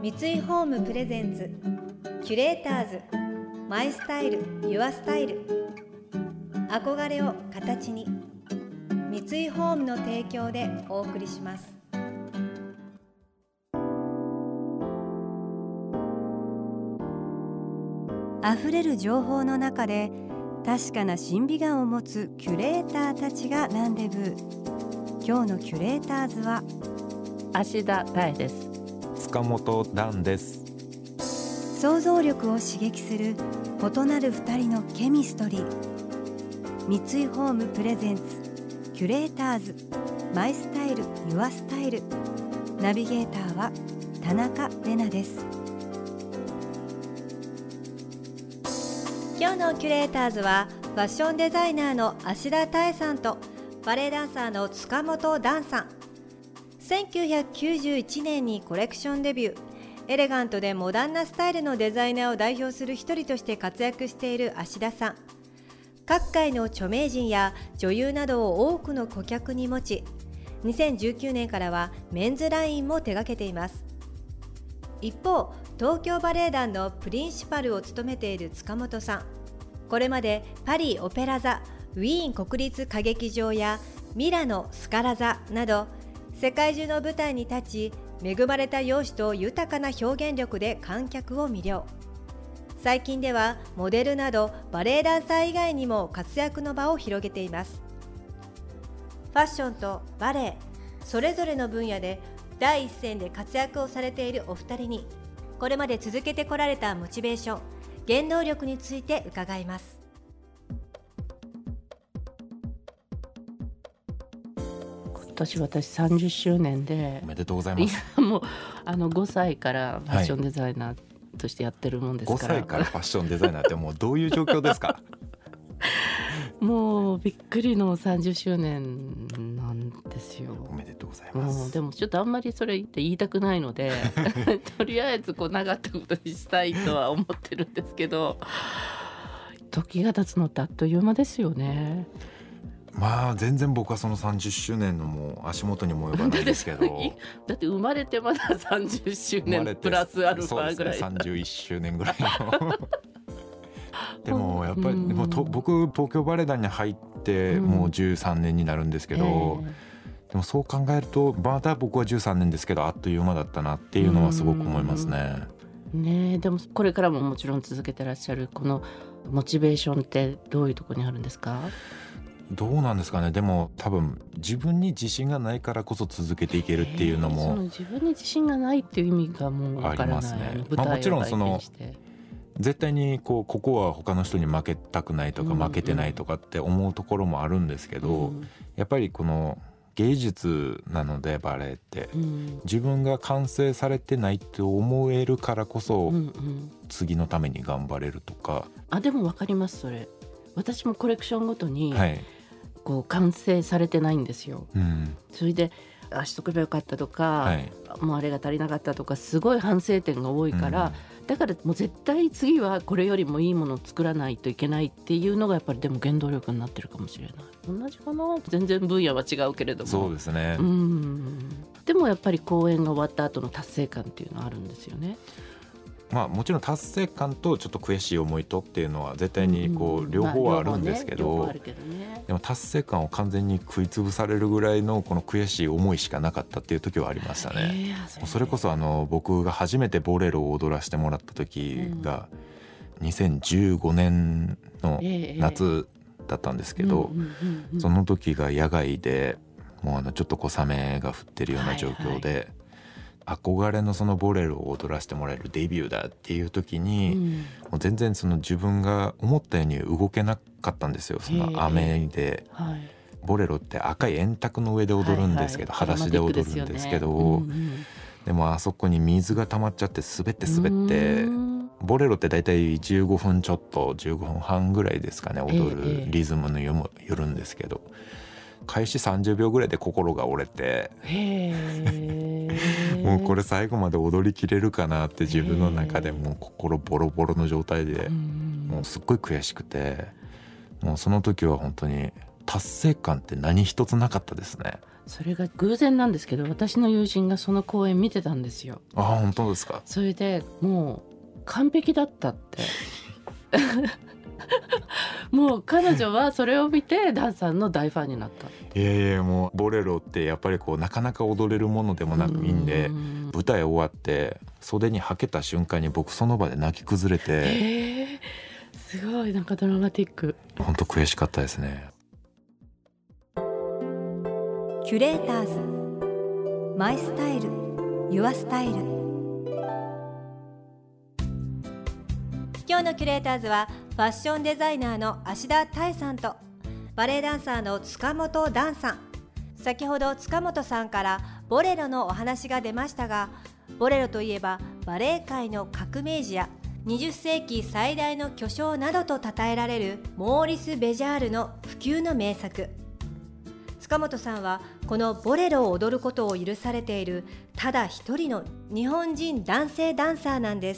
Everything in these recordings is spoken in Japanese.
三井ホームプレゼンツキュレーターズマイスタイルユアスタイル、憧れを形に、三井ホームの提供でお送りします。あふれる情報の中で確かな審美眼を持つキュレーターたちがランデブー。今日のキュレーターズは芦田多恵です。 塚本蘭です。 想像力を刺激する異なる二人のケミストリー。三井ホームプレゼンツキュレーターズマイスタイルユアスタイル、ナビゲーターは田中れなです。今日のキュレーターズはファッションデザイナーの芦田多恵さんとバレエダンサーの塚本蘭さん。1991年にコレクションデビュー、エレガントでモダンなスタイルのデザイナーを代表する一人として活躍している芦田さん。各界の著名人や女優などを多くの顧客に持ち、2019年からはメンズラインも手掛けています。一方、東京バレエ団のプリンシパルを務めている塚本さん。これまでパリオペラ座、ウィーン国立歌劇場やミラノスカラ座など世界中の舞台に立ち、恵まれた容姿と豊かな表現力で観客を魅了。最近ではモデルなどバレエダンサー以外にも活躍の場を広げています。ファッションとバレエ、それぞれの分野で第一線で活躍をされているお二人に、これまで続けてこられたモチベーション、原動力について伺います。 今年私30周年で。 おめでとうございます。 いやもう5歳からファッションデザイナーとしてやってるもんですから、 5歳からファッションデザイナーってもうどういう状況ですか？ もうびっくりの30周年なんですよ。 おめでとうございます。 もうでもちょっとあんまりそれって言いたくないのでとりあえずなかったことにしたいとは思ってるんですけど、時が経つのってあっという間ですよね。 まあ全然僕はその30周年のもう足元にも及ばないですけどだって生まれてまだ30周年プラスアルファぐらい、 そうですね、31周年ぐらいのでもやっぱり、でも僕東京バレエ団に入ってもう13年になるんですけど、でもそう考えるとまだ僕は13年ですけどあっという間だったなっていうのはすごく思いますね。 ねえ、でもこれからももちろん続けてらっしゃるこのモチベーションってどういうところにあるんですか？ どうなんですかね。でも多分自分に自信がないからこそ続けていけるっていうのも、 その自分に自信がないっていう意味がもう分からない。 ありますね。もちろんその絶対にここは他の人に負けたくないとか負けてないとかって思うところもあるんですけど、やっぱりこの芸術なのでバレエって、自分が完成されてないって思えるからこそ、次のために頑張れるとか。 でも分かります。それ私もコレクションごとに、完成されてないんですよ。それでしとけばよかったとか、もうあれが足りなかったとかすごい反省点が多いから、だからもう絶対次はこれよりもいいものを作らないといけないっていうのがやっぱりでも原動力になってるかもしれない。同じかな、全然分野は違うけれども。 そうですね。 でもやっぱり公演が終わった後の達成感っていうのはあるんですよね。 もちろん達成感とちょっと悔しい思いとっていうのは絶対に両方はあるんですけど、でも達成感を完全に食いつぶされるぐらいのこの悔しい思いしかなかったっていう時はありましたね。それこそ僕が初めてボレロを踊らせてもらった時が2015年の夏だったんですけど、その時が野外でもうちょっと小雨が降ってるような状況で、憧れのそのボレロを踊らせてもらえるデビューだっていう時に、もう全然その自分が思ったように動けなかったんですよ。その雨で、ボレロって赤い円卓の上で踊るんですけど、裸足で踊るんですけど、でもあそこに水が溜まっちゃって滑ってボレロってだいたい15分ちょっと15分半ぐらいですかね、踊るリズムによるんですけど、開始30秒ぐらいで心が折れてもうこれ最後まで踊りきれるかなって自分の中でもう心ボロボロの状態で、もうすっごい悔しくて、もうその時は本当に達成感って何一つなかったですね。 それが偶然なんですけど、私の友人がその公演見てたんですよ。 あ、本当ですか。 それでもう完璧だったってもう彼女はそれを見てダンさんの大ファンになった。 いやいや、もうボレロってやっぱりこうなかなか踊れるものでもなくいいんで、舞台終わって袖にはけた瞬間に僕その場で泣き崩れて、 すごいなんかドラマティック。 本当悔しかったですね。 キュレーターズマイスタイルユアスタイル。今日のキュレーターズはファッションデザイナーの芦田多恵さんとバレエダンサーの塚本段さん。先ほど塚本さんからボレロのお話が出ましたが、ボレロといえばバレエ界の革命児や20世紀最大の巨匠などと称えられるモーリス・ベジャールの不朽の名作。塚本さんはこのボレロを踊ることを許されているただ一人の日本人男性ダンサーなんです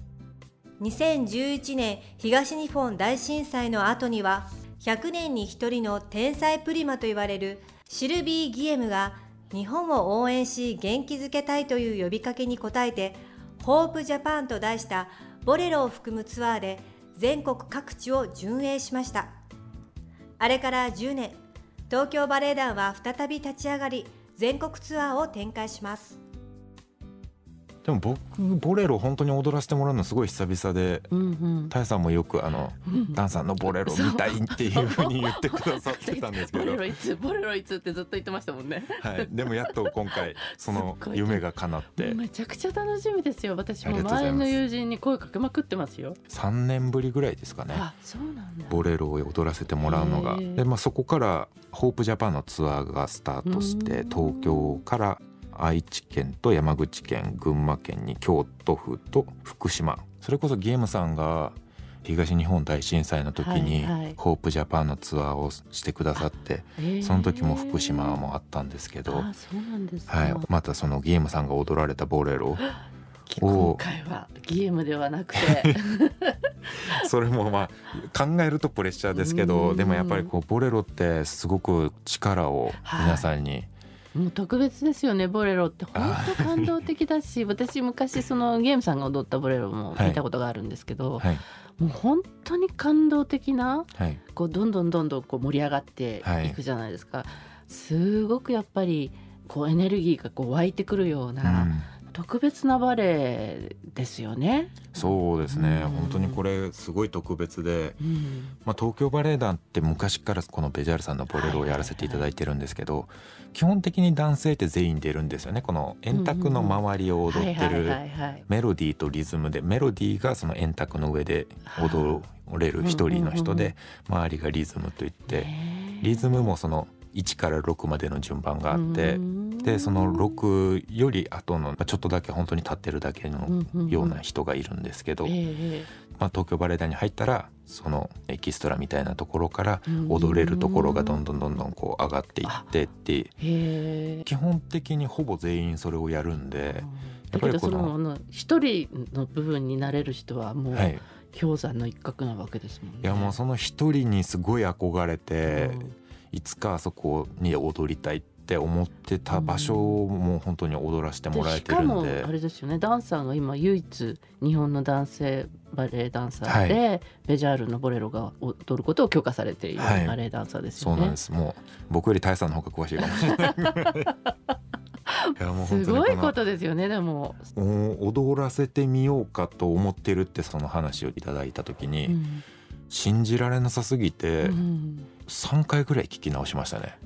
。2011年東日本大震災の後には100年に1人の天才プリマと言われるシルビー・ギエムが日本を応援し元気づけたいという呼びかけに応えてホープジャパンと題したボレロを含むツアーで全国各地を巡礼しました。あれから10年、東京バレエ団は再び立ち上がり全国ツアーを展開します。 でも僕ボレロ本当に踊らせてもらうのすごい久々で、タイさんもよくダンさんのボレロ見たいっていうふうに言ってくださってたんですけどボレロいつってずっと言ってましたもんね。 はい、でもやっと今回その夢が叶ってめちゃくちゃ楽しみですよ。私も周りの友人に声かけまくってますよ。 3年ぶりぐらいですかね。 あ、そうなんだ。 ボレロを踊らせてもらうのがで、そこからホープジャパンのツアーがスタートして、東京から愛知県と山口県、群馬県に京都府と福島。それこそゲームさんが東日本大震災の時にホープジャパンのツアーをしてくださって、その時も福島もあったんですけど、 そうなんですか。 はい、またそのゲームさんが踊られたボレロ今回はゲームではなくてそれも考えるとプレッシャーですけど、でもやっぱりボレロってすごく力を皆さんに、 もう特別ですよね。ボレロって本当感動的だし私昔そのゲームさんが踊ったボレロも見たことがあるんですけど、もう本当に感動的な、どんどんこう盛り上がっていくじゃないですか。すごくやっぱりエネルギーが湧いてくるような、特別なバレエですよね。 そうですね、本当にこれすごい特別で、東京バレエ団って昔からこのベジャールさんのボレロをやらせていただいてるんですけど、基本的に男性って全員出るんですよね。この円卓の周りを踊ってるメロディーとリズムで、メロディーがその円卓の上で踊れる一人の人で、周りがリズムといって、リズムもその1から6までの順番があって、でその6より後のちょっとだけ本当に立ってるだけのような人がいるんですけど、東京バレエ団に入ったらそのエキストラみたいなところから踊れるところがどんどん上がっていってって基本的にほぼ全員それをやるんで、 だけどその一人の部分になれる人はもう氷山の一角なわけですもんね。 いやもうその一人にすごい憧れて、いつかあそこに踊りたいって思ってた場所も本当に踊らせてもらえてるんで、 しかもあれですよね、ダンサーが今唯一日本の男性バレエダンサーで、ベジャールのボレロが踊ることを許可されているバレエダンサーですよね。 そうなんです。もう僕よりタイさんの方が詳しいかもしれないいやもう本当にすごいことですよね。でも踊らせてみようかと思ってるってその話をいただいた時に、信じられなさすぎて、3回ぐらい聞き直しましたね。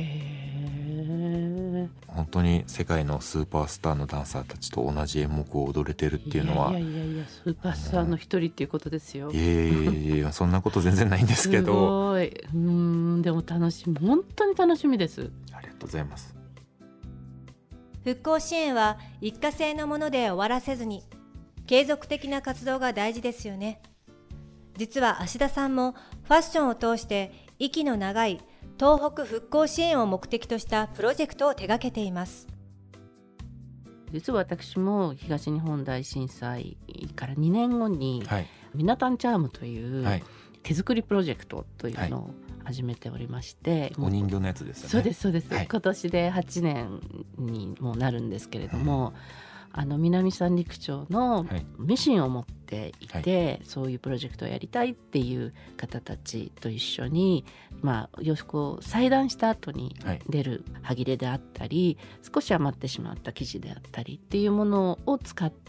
本当に世界のスーパースターのダンサーたちと同じ演目を踊れてるっていうのは、 いやスーパースターの一人っていうことですよ。 いやそんなこと全然ないんですけど、 すごい。でも楽しみ、本当に楽しみです。 ありがとうございます。 復興支援は一過性のもので終わらせずに継続的な活動が大事ですよね。実は芦田さんもファッションを通して息の長い東北復興支援を目的としたプロジェクトを手掛けています。 実は私も東日本大震災から2年後に、ミナタンチャームという手作りプロジェクトというのを始めておりまして、 お人形のやつですよね。 そうですそうです、 はい、 今年で8年にもなるんですけれども、南三陸町のミシンを持っていて、はい、そういうプロジェクトをやりたいっていう方たちと一緒に、洋服を裁断した後に出る端切れであったり、少し余ってしまった生地であったりっていうものを使って、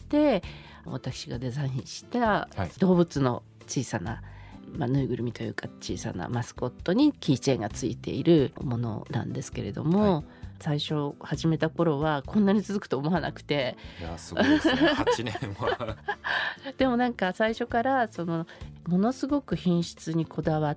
私がデザインした動物の小さな、ぬいぐるみというか小さなマスコットにキーチェーンがついているものなんですけれども、はい、最初始めた頃はこんなに続くと思わなくて、 いやすごいですね8年はでもなんか最初からものすごく品質にこだわって、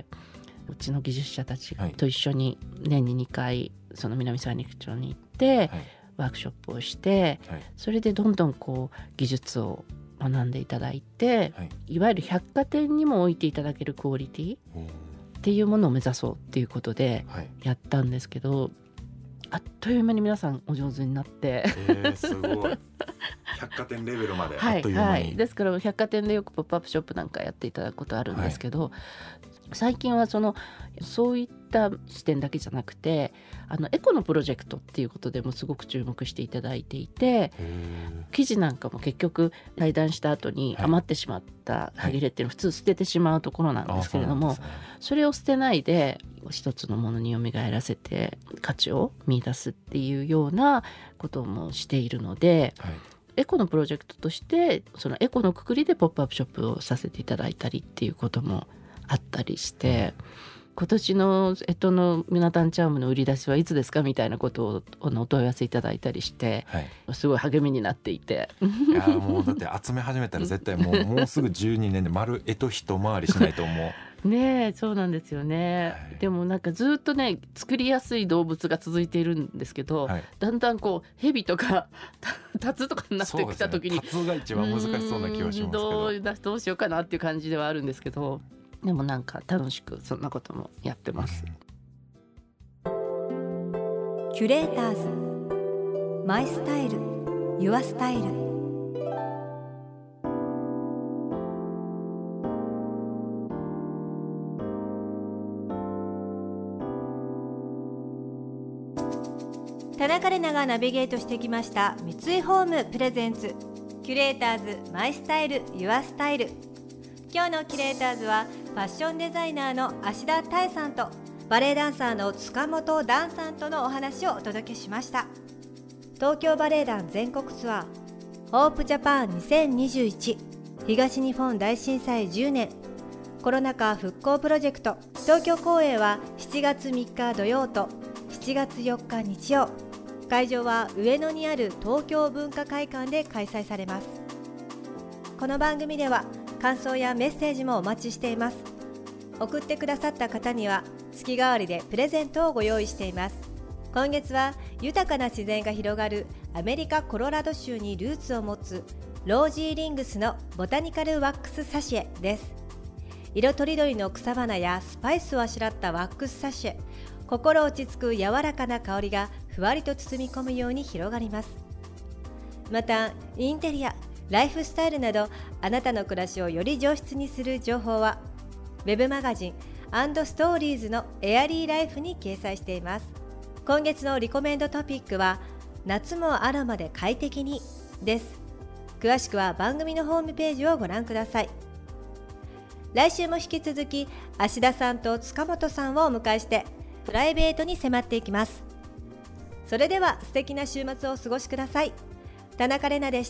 うちの技術者たちと一緒に年に2回その南三陸町に行って、はい、ワークショップをして、はい、それでどんどん技術を学んでいただいて、はい、いわゆる百貨店にも置いていただけるクオリティっていうものを目指そうっていうことでやったんですけど、あっという間に皆さんお上手になって、 すごい百貨店レベルまであっという間に、はいはい、 ですから百貨店でよくポップアップショップなんかやっていただくことあるんですけど、はい、最近はそういった視点だけじゃなくてエコのプロジェクトっていうことでもすごく注目していただいていて、生地なんかも結局裁断した後に余ってしまった端切れっていうのは普通捨ててしまうところなんですけれども、はいはい、それを捨てないで一つのものに蘇らせて価値を見出すっていうようなこともしているので、はい、エコのプロジェクトとしてそのエコのくくりでポップアップショップをさせていただいたりっていうこともあったりして、今年の干支のミナタンチャームの売り出しはいつですかみたいなことをお問い合わせいただいたりして、はい、すごい励みになっていて、 いやもうだって集め始めたら絶対もうすぐ12年で丸干支一回りしないと思うねえ、そうなんですよね、はい、でもなんかずっとね作りやすい動物が続いているんですけど、はい、だんだん蛇とかタツとかになってきた時に、 タツが一番難しそうな気がしますけどうしようかなっていう感じではあるんですけど、でもなんか楽しくそんなこともやってます、 キュレーターズマイスタイルユアスタイル。田中玲奈がナビゲートしてきました三井ホームプレゼンツキュレーターズマイスタイルユアスタイル。今日のキュレーターズはファッションデザイナーの芦田多恵さんとバレエダンサーの塚本段さんとのお話をお届けしました。東京バレエ団全国ツアーホープジャパン2021東日本大震災10年コロナ禍復興プロジェクト東京公演は7月3日土曜と7月4日日曜、会場は上野にある東京文化会館で開催されます。この番組では感想やメッセージもお待ちしています。送ってくださった方には月替わりでプレゼントをご用意しています。今月は豊かな自然が広がるアメリカコロラド州にルーツを持つロージーリングスのボタニカルワックスサシエです。色とりどりの草花やスパイスをあしらったワックスサシエ、心落ち着く柔らかな香りがふわりと包み込むように広がります。またインテリア、ライフスタイルなどあなたの暮らしをより上質にする情報はウェブマガジン&ストーリーズのエアリーライフに掲載しています。今月のリコメンドトピックは夏もアロマで快適にです。詳しくは番組のホームページをご覧ください。来週も引き続き芦田さんと塚本さんをお迎えしてプライベートに迫っていきます。それでは素敵な週末をお過ごしください。田中玲奈でした。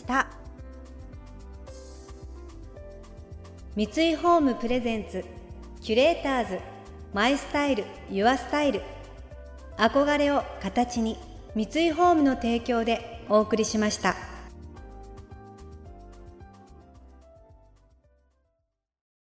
三井ホームプレゼンツキュレーターズマイスタイルユアスタイル、憧れを形に三井ホームの提供でお送りしました。